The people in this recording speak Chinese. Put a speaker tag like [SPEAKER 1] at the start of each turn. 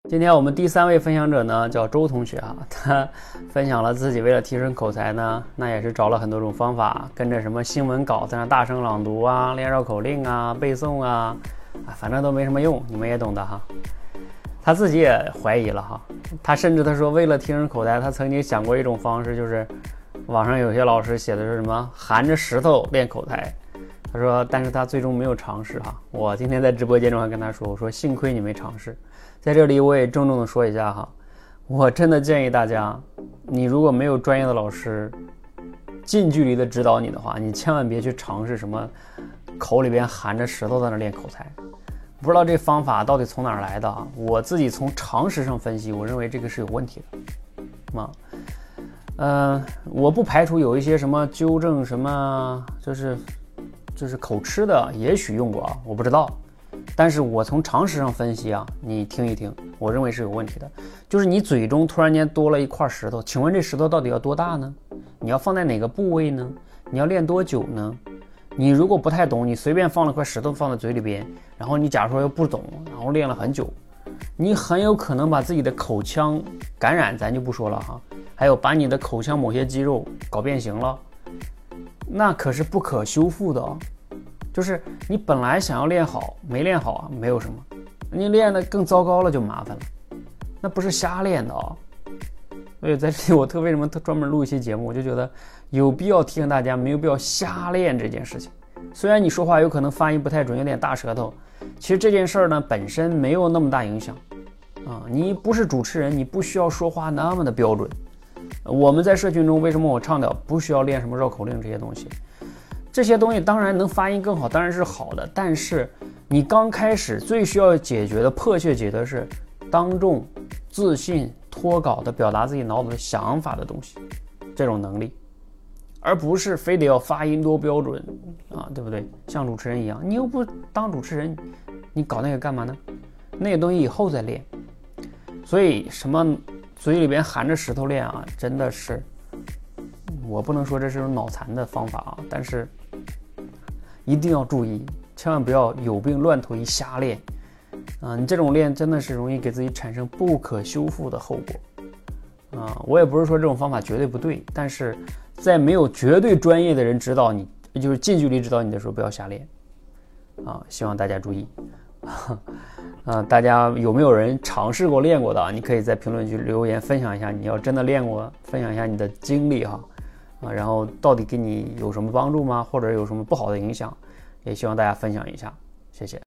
[SPEAKER 1] 今天我们第3位分享者呢叫周同学啊，他分享了自己为了提升口才呢，那也是找了很多种方法，跟着什么新闻稿在那大声朗读啊，练绕口令啊，背诵啊，反正都没什么用，你们也懂的哈。他自己也怀疑了哈，他说为了提升口才，他曾经想过一种方式，就是网上有些老师写的是什么含着石头练口才。他说但是他最终没有尝试哈。我今天在直播间中还跟他说，我说幸亏你没尝试。在这里我也郑重的说一下哈，我真的建议大家，你如果没有专业的老师近距离的指导你的话，你千万别去尝试什么口里边含着石头在那练口才。不知道这方法到底从哪儿来的啊？我自己从常识上分析，我认为这个是有问题的。我不排除有一些什么纠正什么就是口吃的，也许用过啊，我不知道。但是我从常识上分析啊，你听一听，我认为是有问题的。就是你嘴中突然间多了一块石头，请问这石头到底要多大呢？你要放在哪个部位呢？你要练多久呢？你如果不太懂，你随便放了块石头放在嘴里边，然后你假如说又不懂，然后练了很久，你很有可能把自己的口腔感染，咱就不说了哈，还有把你的口腔某些肌肉搞变形了，那可是不可修复的。就是你本来想要练好，没练好啊，没有什么，你练得更糟糕了就麻烦了，那不是瞎练的啊。所以在这里我为什么专门录一期节目，我就觉得有必要提醒大家，没有必要瞎练这件事情。虽然你说话有可能发音不太准，有点大舌头，其实这件事儿呢本身没有那么大影响啊。你不是主持人，你不需要说话那么的标准。我们在社群中为什么我倡导不需要练什么绕口令这些东西？这些东西当然能发音更好，当然是好的，但是你刚开始最需要解决的迫切解决是当众自信脱稿的表达自己脑子的想法的东西，这种能力，而不是非得要发音多标准啊，对不对？像主持人一样，你又不当主持人，你搞那个干嘛呢？那个东西以后再练。所以什么嘴里边含着石头练啊，真的是，我不能说这是种脑残的方法啊，但是一定要注意，千万不要有病乱投医瞎练啊！你这种练真的是容易给自己产生不可修复的后果啊！我也不是说这种方法绝对不对，但是在没有绝对专业的人指导你，就是近距离指导你的时候，不要瞎练啊！希望大家注意大家有没有人尝试过练过的啊？你可以在评论区留言分享一下，你要真的练过，分享一下你的经历哈。然后到底给你有什么帮助吗？或者有什么不好的影响？也希望大家分享一下，谢谢。